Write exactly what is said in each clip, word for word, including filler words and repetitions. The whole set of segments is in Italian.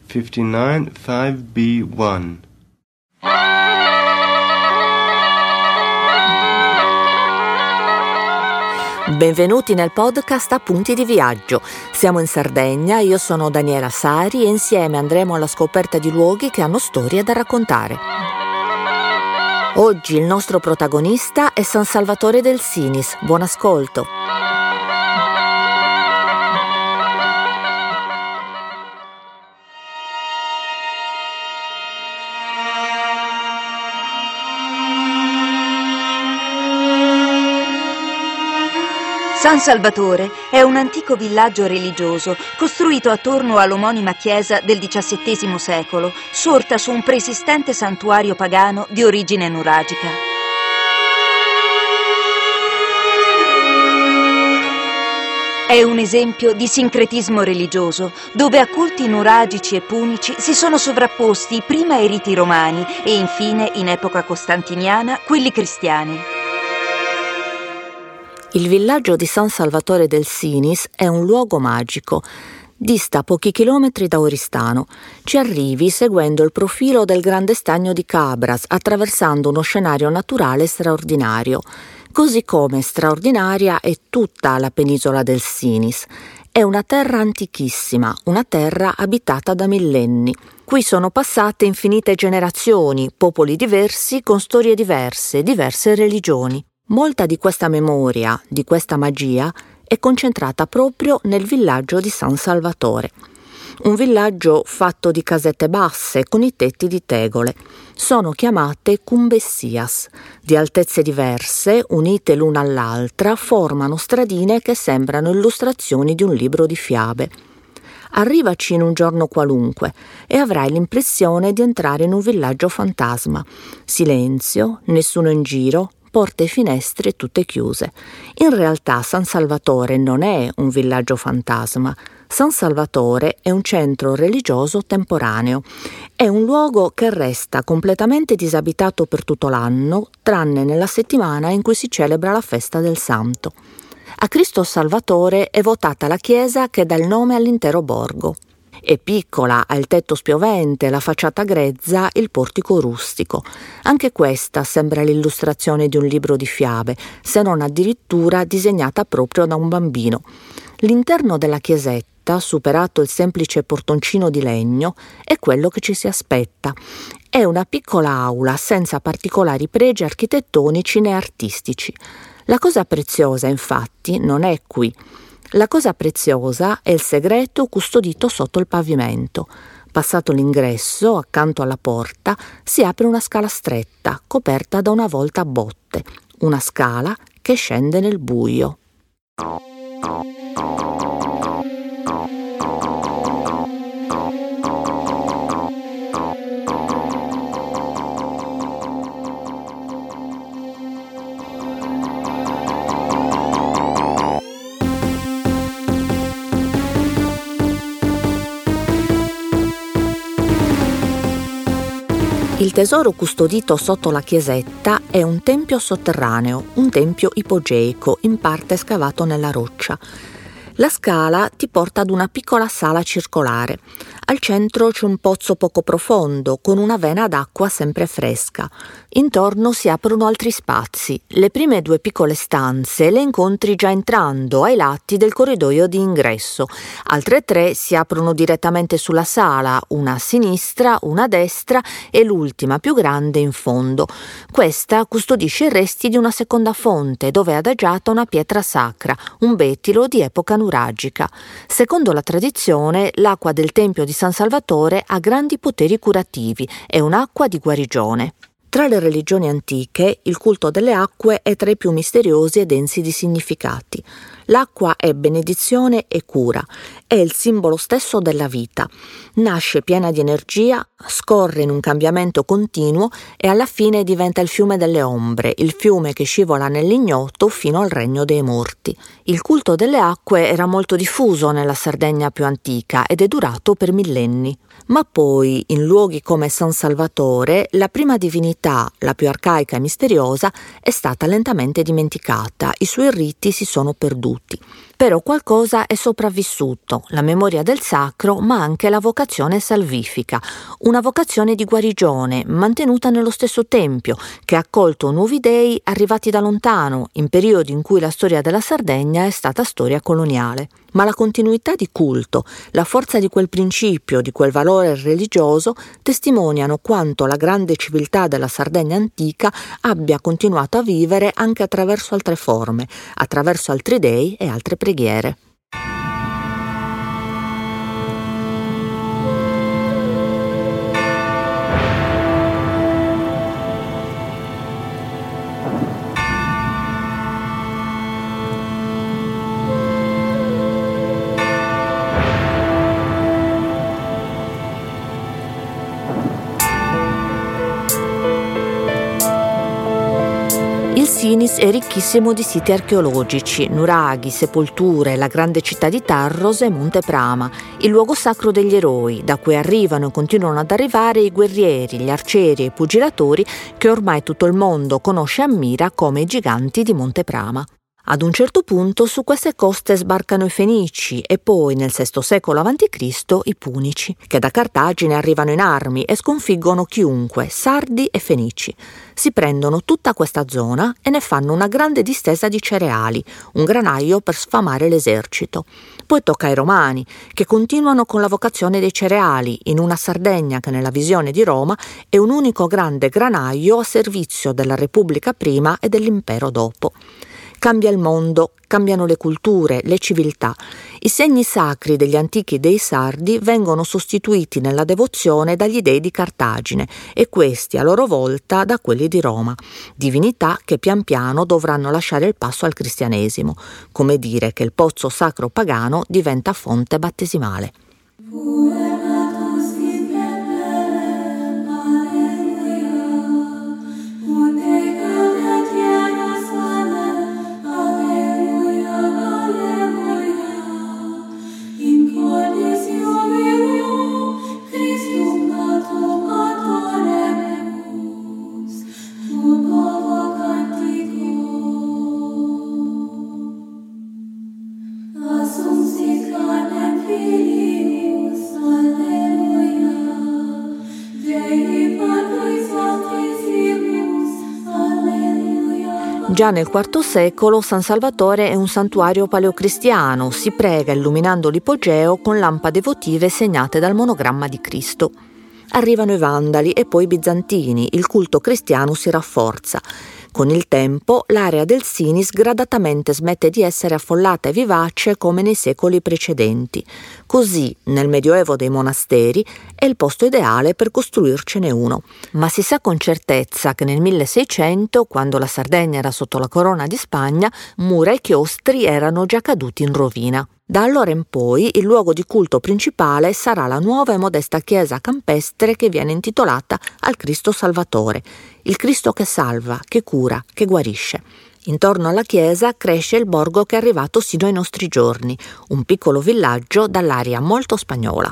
fifty-nine five B one. Benvenuti nel podcast Appunti di Viaggio. Siamo in Sardegna, io sono Daniela Sari e insieme andremo alla scoperta di luoghi che hanno storie da raccontare. Oggi il nostro protagonista è San Salvatore del Sinis. Buon ascolto. San Salvatore è un antico villaggio religioso costruito attorno all'omonima chiesa del diciassettesimo secolo, sorta su un preesistente santuario pagano di origine nuragica. È un esempio di sincretismo religioso, dove a culti nuragici e punici si sono sovrapposti prima i riti romani e infine, in epoca costantiniana, quelli cristiani. Il villaggio di San Salvatore del Sinis è un luogo magico. Dista pochi chilometri da Oristano. Ci arrivi seguendo il profilo del Grande Stagno di Cabras, attraversando uno scenario naturale straordinario. Così come straordinaria è tutta la penisola del Sinis. È una terra antichissima, una terra abitata da millenni. Qui sono passate infinite generazioni, popoli diversi con storie diverse, diverse religioni. Molta di questa memoria, di questa magia, è concentrata proprio nel villaggio di San Salvatore. Un villaggio fatto di casette basse con i tetti di tegole. Sono chiamate cumbessias. Di altezze diverse, unite l'una all'altra, formano stradine che sembrano illustrazioni di un libro di fiabe. Arrivaci in un giorno qualunque e avrai l'impressione di entrare in un villaggio fantasma. Silenzio, nessuno in giro, porte e finestre tutte chiuse. In realtà San Salvatore non è un villaggio fantasma. San Salvatore è un centro religioso temporaneo. È un luogo che resta completamente disabitato per tutto l'anno, tranne nella settimana in cui si celebra la festa del Santo. A Cristo Salvatore è votata la chiesa che dà il nome all'intero borgo. È piccola, ha il tetto spiovente, la facciata grezza, il portico rustico. Anche questa sembra l'illustrazione di un libro di fiabe, se non addirittura disegnata proprio da un bambino. L'interno della chiesetta, superato il semplice portoncino di legno, è quello che ci si aspetta. È una piccola aula senza particolari pregi architettonici né artistici. La cosa preziosa, infatti, non è qui. La cosa preziosa è il segreto custodito sotto il pavimento. Passato l'ingresso, accanto alla porta, si apre una scala stretta, coperta da una volta a botte. Una scala che scende nel buio. Il tesoro custodito sotto la chiesetta è un tempio sotterraneo, un tempio ipogeico, in parte scavato nella roccia. La scala ti porta ad una piccola sala circolare. Al centro c'è un pozzo poco profondo, con una vena d'acqua sempre fresca. Intorno si aprono altri spazi. Le prime due piccole stanze le incontri già entrando ai lati del corridoio di ingresso. Altre tre si aprono direttamente sulla sala, una a sinistra, una a destra e l'ultima più grande in fondo. Questa custodisce i resti di una seconda fonte, dove è adagiata una pietra sacra, un bettilo di epoca nuragica. Secondo la tradizione, l'acqua del tempio di San Salvatore ha grandi poteri curativi, è un'acqua di guarigione. Tra le religioni antiche, il culto delle acque è tra i più misteriosi e densi di significati. L'acqua è benedizione e cura, è il simbolo stesso della vita. Nasce piena di energia, scorre in un cambiamento continuo e alla fine diventa il fiume delle ombre, il fiume che scivola nell'ignoto fino al regno dei morti. Il culto delle acque era molto diffuso nella Sardegna più antica ed è durato per millenni. Ma poi, in luoghi come San Salvatore, la prima divinità, la più arcaica e misteriosa, è stata lentamente dimenticata, i suoi riti si sono perduti. Però qualcosa è sopravvissuto, la memoria del sacro, ma anche la vocazione salvifica, una vocazione di guarigione mantenuta nello stesso tempio, che ha accolto nuovi dei arrivati da lontano, in periodi in cui la storia della Sardegna è stata storia coloniale. Ma la continuità di culto, la forza di quel principio, di quel valore religioso, testimoniano quanto la grande civiltà della Sardegna antica abbia continuato a vivere anche attraverso altre forme, attraverso altri dei e altre preghiere. Il Sinis è ricchissimo di siti archeologici, nuraghi, sepolture, la grande città di Tarros e Monte Prama, il luogo sacro degli eroi, da cui arrivano e continuano ad arrivare i guerrieri, gli arcieri e i pugilatori che ormai tutto il mondo conosce e ammira come i giganti di Monte Prama. Ad un certo punto su queste coste sbarcano i Fenici e poi nel sesto secolo avanti Cristo i Punici, che da Cartagine arrivano in armi e sconfiggono chiunque, sardi e fenici. Si prendono tutta questa zona e ne fanno una grande distesa di cereali, un granaio per sfamare l'esercito. Poi tocca ai Romani, che continuano con la vocazione dei cereali, in una Sardegna che nella visione di Roma è un unico grande granaio a servizio della Repubblica prima e dell'Impero dopo. Cambia il mondo, cambiano le culture, le civiltà. I segni sacri degli antichi dei sardi vengono sostituiti nella devozione dagli dei di Cartagine e questi a loro volta da quelli di Roma, divinità che pian piano dovranno lasciare il passo al cristianesimo, come dire che il pozzo sacro pagano diventa fonte battesimale. Già nel quarto secolo San Salvatore è un santuario paleocristiano, si prega illuminando l'ipogeo con lampade votive segnate dal monogramma di Cristo. Arrivano i Vandali e poi i Bizantini, il culto cristiano si rafforza. Con il tempo l'area del Sinis gradatamente smette di essere affollata e vivace come nei secoli precedenti. Così, nel Medioevo dei monasteri, è il posto ideale per costruircene uno. Ma si sa con certezza che nel milleseicento, quando la Sardegna era sotto la corona di Spagna, mura e chiostri erano già caduti in rovina. Da allora in poi il luogo di culto principale sarà la nuova e modesta chiesa campestre che viene intitolata al Cristo Salvatore, il Cristo che salva, che cura, che guarisce. Intorno alla chiesa cresce il borgo che è arrivato sino ai nostri giorni, un piccolo villaggio dall'aria molto spagnola.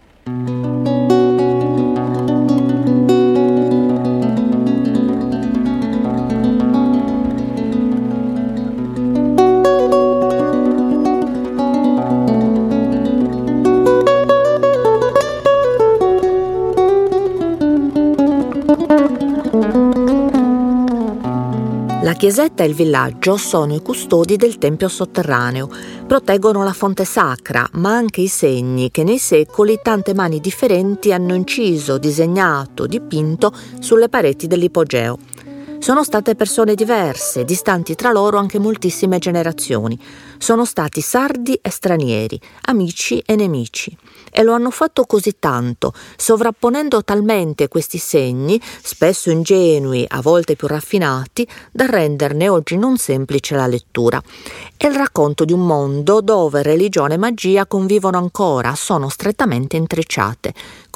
La chiesetta e il villaggio sono i custodi del tempio sotterraneo, proteggono la fonte sacra, ma anche i segni che nei secoli tante mani differenti hanno inciso, disegnato, dipinto sulle pareti dell'ipogeo. Sono state persone diverse, distanti tra loro anche moltissime generazioni. Sono stati sardi e stranieri, amici e nemici. E lo hanno fatto così tanto, sovrapponendo talmente questi segni, spesso ingenui, a volte più raffinati, da renderne oggi non semplice la lettura. È il racconto di un mondo dove religione e magia convivono ancora, sono strettamente intrecciate,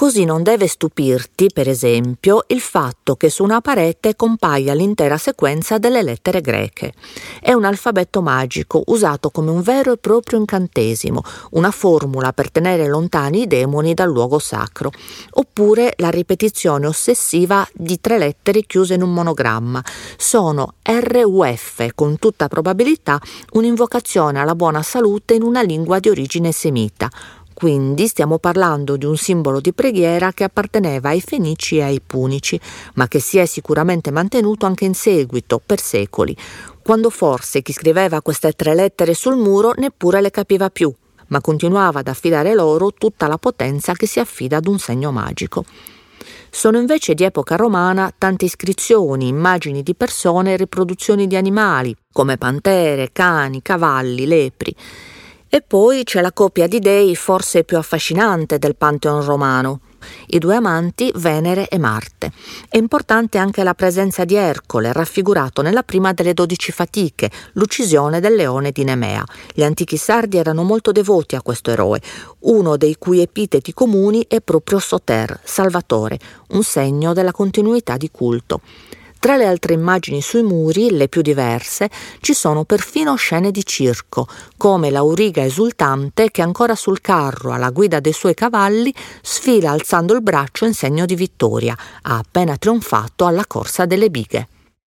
Così non deve stupirti, per esempio, il fatto che su una parete compaia l'intera sequenza delle lettere greche. È un alfabeto magico usato come un vero e proprio incantesimo, una formula per tenere lontani i demoni dal luogo sacro, oppure la ripetizione ossessiva di tre lettere chiuse in un monogramma. Sono R U F, con tutta probabilità un'invocazione alla buona salute in una lingua di origine semita. Quindi stiamo parlando di un simbolo di preghiera che apparteneva ai Fenici e ai Punici, ma che si è sicuramente mantenuto anche in seguito, per secoli, quando forse chi scriveva queste tre lettere sul muro neppure le capiva più, ma continuava ad affidare loro tutta la potenza che si affida ad un segno magico. Sono invece di epoca romana tante iscrizioni, immagini di persone e riproduzioni di animali, come pantere, cani, cavalli, lepri. E poi c'è la coppia di dei forse più affascinante del Pantheon romano, i due amanti Venere e Marte. È importante anche la presenza di Ercole, raffigurato nella prima delle dodici fatiche, l'uccisione del leone di Nemea. Gli antichi sardi erano molto devoti a questo eroe, uno dei cui epiteti comuni è proprio Soter, Salvatore, un segno della continuità di culto. Tra le altre immagini sui muri, le più diverse, ci sono perfino scene di circo, come l'Auriga esultante che ancora sul carro alla guida dei suoi cavalli sfila alzando il braccio in segno di vittoria, ha appena trionfato alla corsa delle bighe.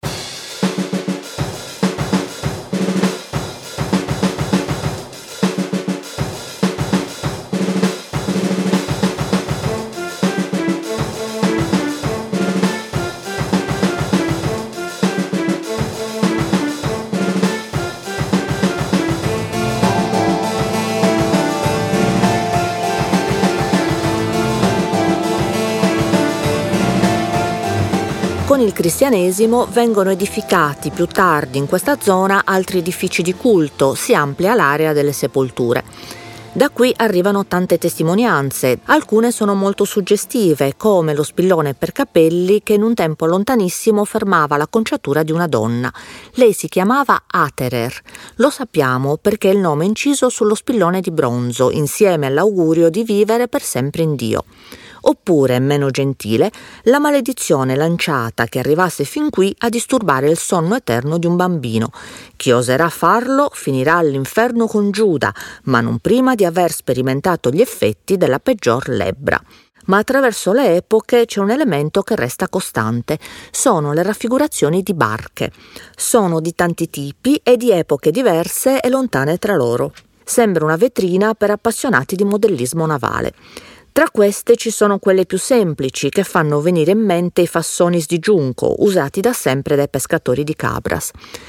Con il cristianesimo vengono edificati più tardi in questa zona altri edifici di culto, si amplia l'area delle sepolture. Da qui arrivano tante testimonianze, alcune sono molto suggestive, come lo spillone per capelli che in un tempo lontanissimo fermava l'acconciatura di una donna. Lei si chiamava Aterer, lo sappiamo perché è il nome inciso sullo spillone di bronzo, insieme all'augurio di vivere per sempre in Dio. Oppure, meno gentile, la maledizione lanciata che arrivasse fin qui a disturbare il sonno eterno di un bambino. Chi oserà farlo finirà all'inferno con Giuda, ma non prima di aver sperimentato gli effetti della peggior lebbra. Ma attraverso le epoche c'è un elemento che resta costante, sono le raffigurazioni di barche. Sono di tanti tipi e di epoche diverse e lontane tra loro. Sembra una vetrina per appassionati di modellismo navale. Tra queste ci sono quelle più semplici che fanno venire in mente i fassonis di giunco usati da sempre dai pescatori di Cabras.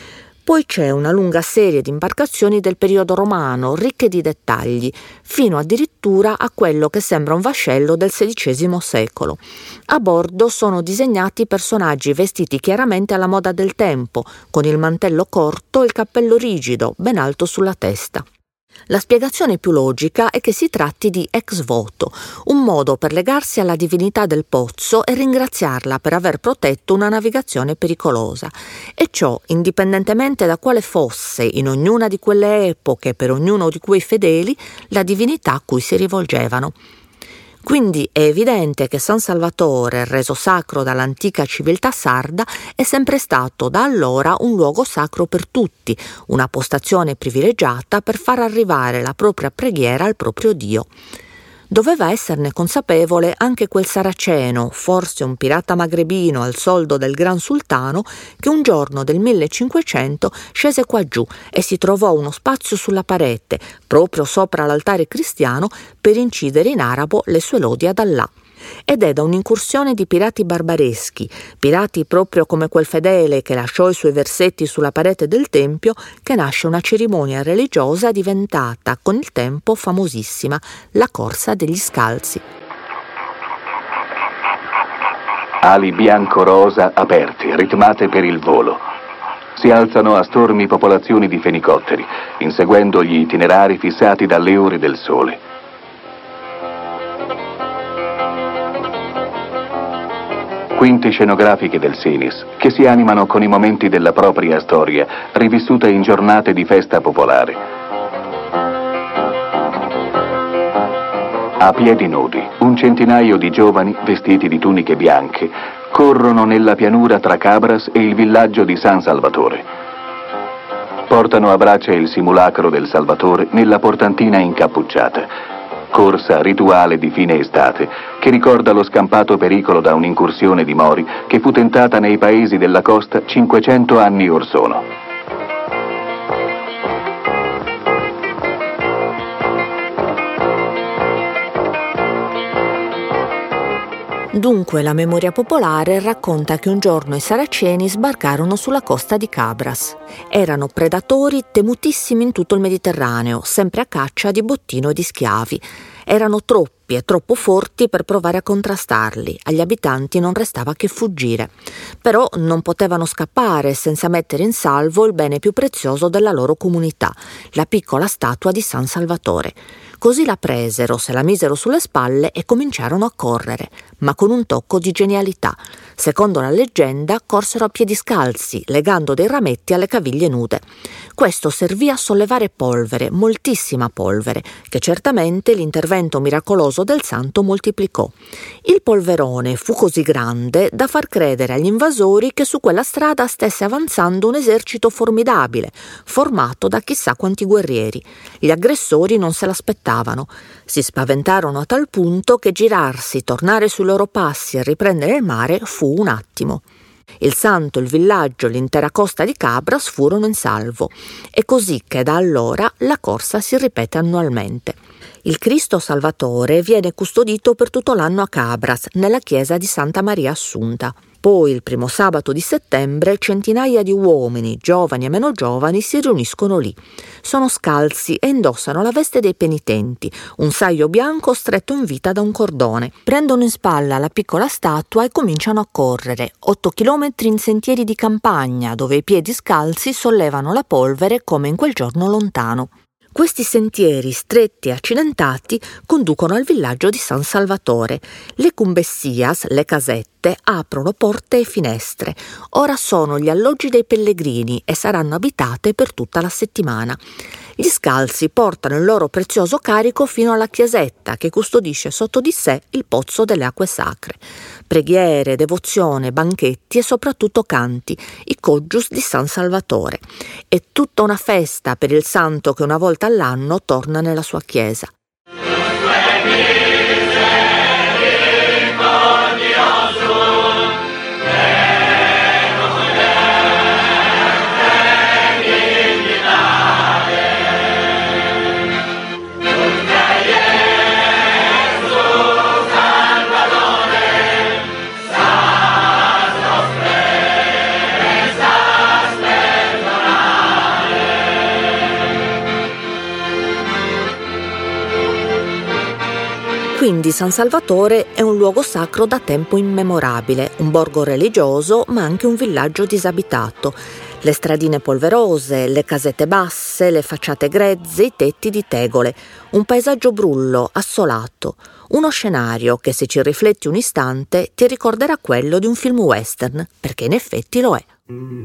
Poi c'è una lunga serie di imbarcazioni del periodo romano ricche di dettagli, fino addirittura a quello che sembra un vascello del sedicesimo secolo. A bordo sono disegnati personaggi vestiti chiaramente alla moda del tempo, con il mantello corto e il cappello rigido, ben alto sulla testa. La spiegazione più logica è che si tratti di ex voto, un modo per legarsi alla divinità del pozzo e ringraziarla per aver protetto una navigazione pericolosa, e ciò indipendentemente da quale fosse in ognuna di quelle epoche per ognuno di quei fedeli la divinità a cui si rivolgevano. Quindi è evidente che San Salvatore, reso sacro dall'antica civiltà sarda, è sempre stato da allora un luogo sacro per tutti, una postazione privilegiata per far arrivare la propria preghiera al proprio Dio. Doveva esserne consapevole anche quel saraceno, forse un pirata magrebino al soldo del Gran Sultano, che un giorno del millecinquecento scese qua giù e si trovò uno spazio sulla parete, proprio sopra l'altare cristiano, per incidere in arabo le sue lodi ad Allah. Ed è da un'incursione di pirati barbareschi, pirati proprio come quel fedele che lasciò i suoi versetti sulla parete del tempio, che nasce una cerimonia religiosa diventata con il tempo famosissima, la corsa degli scalzi. Ali bianco-rosa aperte, ritmate per il volo. Si alzano a stormi popolazioni di fenicotteri, inseguendo gli itinerari fissati dalle ore del sole. Quinte scenografiche del Sinis, che si animano con i momenti della propria storia, rivissute in giornate di festa popolare. A piedi nudi, un centinaio di giovani, vestiti di tuniche bianche, corrono nella pianura tra Cabras e il villaggio di San Salvatore. Portano a braccia il simulacro del Salvatore nella portantina incappucciata. Corsa rituale di fine estate che ricorda lo scampato pericolo da un'incursione di Mori che fu tentata nei paesi della costa cinquecento anni or sono. Dunque la memoria popolare racconta che un giorno i saraceni sbarcarono sulla costa di Cabras. Erano predatori temutissimi in tutto il Mediterraneo, sempre a caccia di bottino e di schiavi. Erano troppi e troppo forti per provare a contrastarli. Agli abitanti non restava che fuggire. Però non potevano scappare senza mettere in salvo il bene più prezioso della loro comunità, la piccola statua di San Salvatore. Così la presero, se la misero sulle spalle e cominciarono a correre, ma con un tocco di genialità. Secondo la leggenda, corsero a piedi scalzi, legando dei rametti alle caviglie nude. Questo servì a sollevare polvere, moltissima polvere, che certamente l'intervento miracoloso del santo moltiplicò. Il polverone fu così grande da far credere agli invasori che su quella strada stesse avanzando un esercito formidabile, formato da chissà quanti guerrieri. Gli aggressori non se l'aspettavano. Si spaventarono a tal punto che girarsi, tornare sui loro passi e riprendere il mare fu un attimo. Il santo, il villaggio, l'intera costa di Cabras furono in salvo. È così che da allora la corsa si ripete annualmente. Il Cristo Salvatore viene custodito per tutto l'anno a Cabras, nella chiesa di Santa Maria Assunta. Poi, il primo sabato di settembre, centinaia di uomini, giovani e meno giovani, si riuniscono lì. Sono scalzi e indossano la veste dei penitenti, un saio bianco stretto in vita da un cordone. Prendono in spalla la piccola statua e cominciano a correre, otto chilometri in sentieri di campagna, dove i piedi scalzi sollevano la polvere come in quel giorno lontano. Questi sentieri stretti e accidentati conducono al villaggio di San Salvatore. Le cumbessias, le casette, aprono porte e finestre. Ora sono gli alloggi dei pellegrini e saranno abitate per tutta la settimana. Gli scalzi portano il loro prezioso carico fino alla chiesetta che custodisce sotto di sé il pozzo delle acque sacre. Preghiere, devozione, banchetti e soprattutto canti, i Coggius di San Salvatore. È tutta una festa per il santo che una volta all'anno torna nella sua chiesa. Quindi San Salvatore è un luogo sacro da tempo immemorabile, un borgo religioso ma anche un villaggio disabitato. Le stradine polverose, le casette basse, le facciate grezze, i tetti di tegole. Un paesaggio brullo, assolato. Uno scenario che se ci rifletti un istante ti ricorderà quello di un film western, perché in effetti lo è.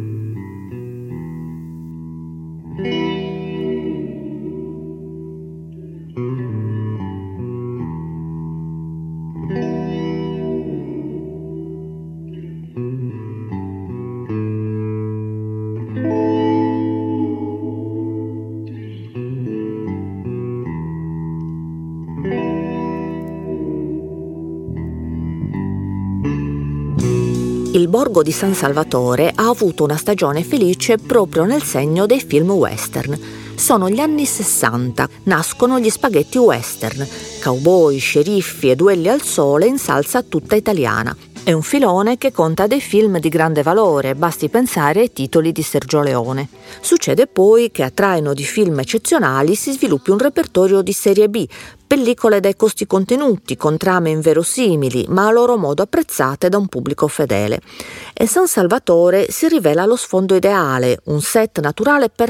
Il borgo di San Salvatore ha avuto una stagione felice proprio nel segno dei film western. Sono gli anni sessanta, nascono gli spaghetti western, cowboy, sceriffi e duelli al sole in salsa tutta italiana. È un filone che conta dei film di grande valore, basti pensare ai titoli di Sergio Leone. Succede poi che a traino di film eccezionali si sviluppi un repertorio di serie B, pellicole dai costi contenuti, con trame inverosimili, ma a loro modo apprezzate da un pubblico fedele. E San Salvatore si rivela lo sfondo ideale, un set naturale perfetto,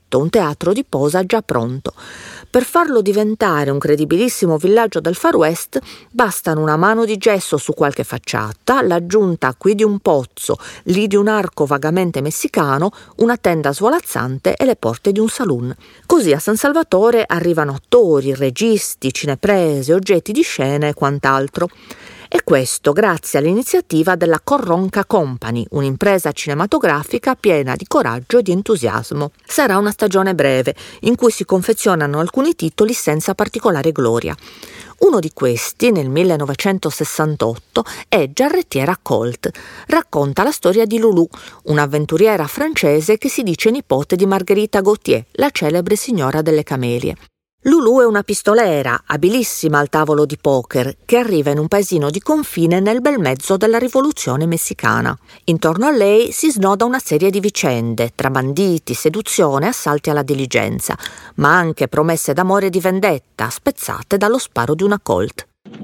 set, un teatro di posa già pronto. Per farlo diventare un credibilissimo villaggio del Far West bastano una mano di gesso su qualche facciata, l'aggiunta qui di un pozzo, lì di un arco vagamente messicano, una tenda svolazzante e le porte di un saloon. Così a San Salvatore arrivano attori, registi, cineprese, oggetti di scena e quant'altro. E questo grazie all'iniziativa della Corronca Company, un'impresa cinematografica piena di coraggio e di entusiasmo. Sarà una stagione breve, in cui si confezionano alcuni titoli senza particolare gloria. Uno di questi, nel millenovecentosessantotto, è Giarrettiera Colt. Racconta la storia di Loulou, un'avventuriera francese che si dice nipote di Marguerite Gautier, la celebre signora delle camelie. Loulou è una pistolera, abilissima al tavolo di poker, che arriva in un paesino di confine nel bel mezzo della rivoluzione messicana. Intorno a lei si snoda una serie di vicende, tra banditi, seduzione, assalti alla diligenza, ma anche promesse d'amore e di vendetta, spezzate dallo sparo di una Colt.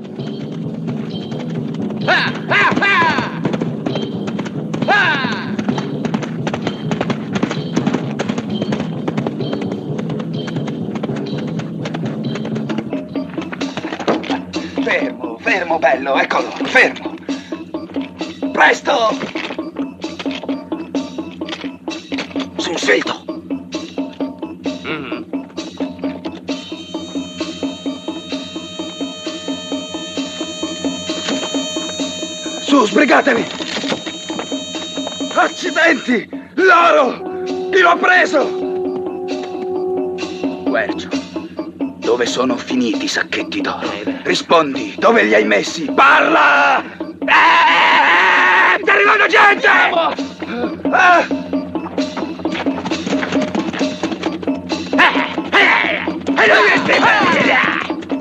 Ah, ah, ah! Ah! Fermo, fermo, bello, eccolo, fermo. Presto! Sul scelto. Mm. Su, sbrigatevi! Accidenti! L'oro! Chi l'ha preso? Guercio, dove sono finiti i sacchetti d'oro? Rispondi, dove li hai messi? Parla! Eh, sta arrivando gente! Ah! Eh, eh, eh, eh,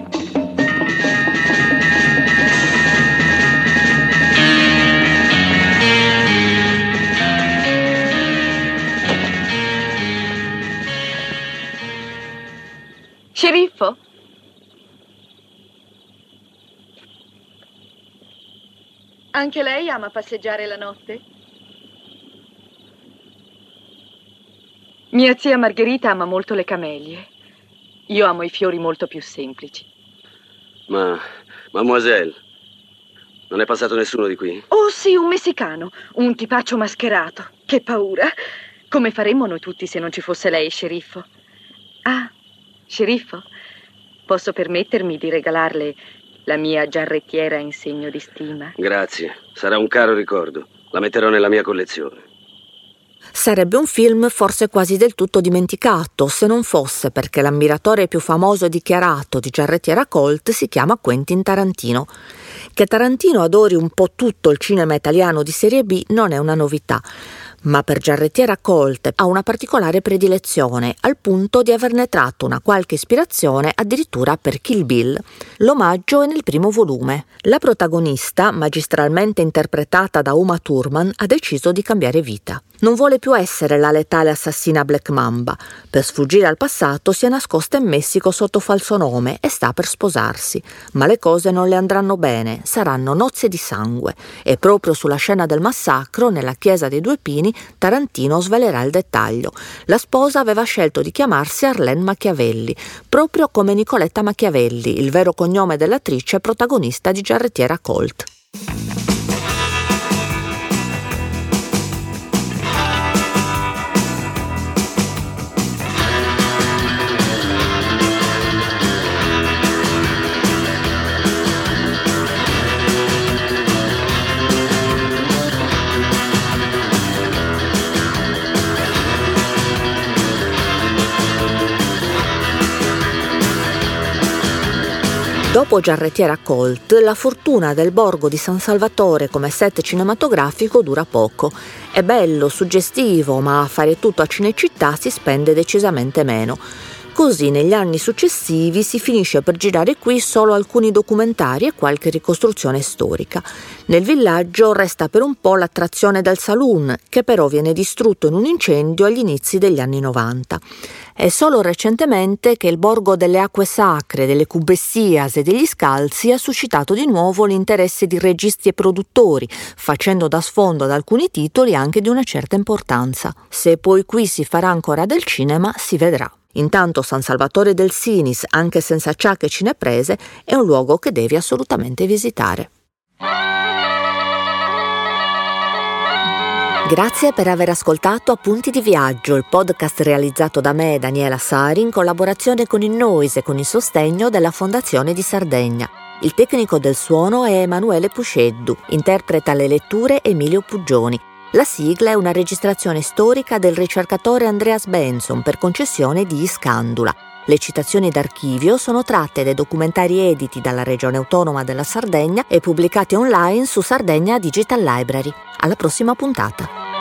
Sceriffo? Anche lei ama passeggiare la notte? Mia zia Margherita ama molto le camelie. Io amo i fiori molto più semplici. Ma, mademoiselle, non è passato nessuno di qui? Oh sì, un messicano, un tipaccio mascherato. Che paura. Come faremmo noi tutti se non ci fosse lei, sceriffo? Ah, sceriffo, posso permettermi di regalarle la mia giarrettiera in segno di stima? Grazie, sarà un caro ricordo. La metterò nella mia collezione. Sarebbe un film forse quasi del tutto dimenticato, se non fosse perché l'ammiratore più famoso e dichiarato di Giarrettiera Colt si chiama Quentin Tarantino. Che Tarantino adori un po' tutto il cinema italiano di serie B non è una novità, ma per Giarrettiera Colt ha una particolare predilezione, al punto di averne tratto una qualche ispirazione addirittura per Kill Bill. L'omaggio è nel primo volume. La protagonista, magistralmente interpretata da Uma Thurman, ha deciso di cambiare vita. Non vuole più essere la letale assassina Black Mamba. Per sfuggire al passato si è nascosta in Messico sotto falso nome e sta per sposarsi. Ma le cose non le andranno bene, saranno nozze di sangue. E proprio sulla scena del massacro, nella chiesa dei Due Pini, Tarantino svelerà il dettaglio. La sposa aveva scelto di chiamarsi Arlene Machiavelli, proprio come Nicoletta Machiavelli, il vero cognome dell'attrice protagonista di Giarrettiera Colt. Dopo Giarrettiera Colt, la fortuna del borgo di San Salvatore come set cinematografico dura poco. È bello, suggestivo, ma a fare tutto a Cinecittà si spende decisamente meno. Così negli anni successivi si finisce per girare qui solo alcuni documentari e qualche ricostruzione storica. Nel villaggio resta per un po' l'attrazione del saloon, che però viene distrutto in un incendio agli inizi degli anni novanta. È solo recentemente che il borgo delle acque sacre, delle Cubessias e degli Scalzi ha suscitato di nuovo l'interesse di registi e produttori, facendo da sfondo ad alcuni titoli anche di una certa importanza. Se poi qui si farà ancora del cinema, si vedrà. Intanto San Salvatore del Sinis, anche senza ciacche cineprese, è un luogo che devi assolutamente visitare. Grazie per aver ascoltato Appunti di Viaggio, il podcast realizzato da me, Daniela Sari, in collaborazione con il Noise e con il sostegno della Fondazione di Sardegna. Il tecnico del suono è Emanuele Pusceddu, interpreta le letture Emilio Puggioni. La sigla è una registrazione storica del ricercatore Andreas Benson per concessione di Iscandula. Le citazioni d'archivio sono tratte dai documentari editi dalla Regione Autonoma della Sardegna e pubblicati online su Sardegna Digital Library. Alla prossima puntata.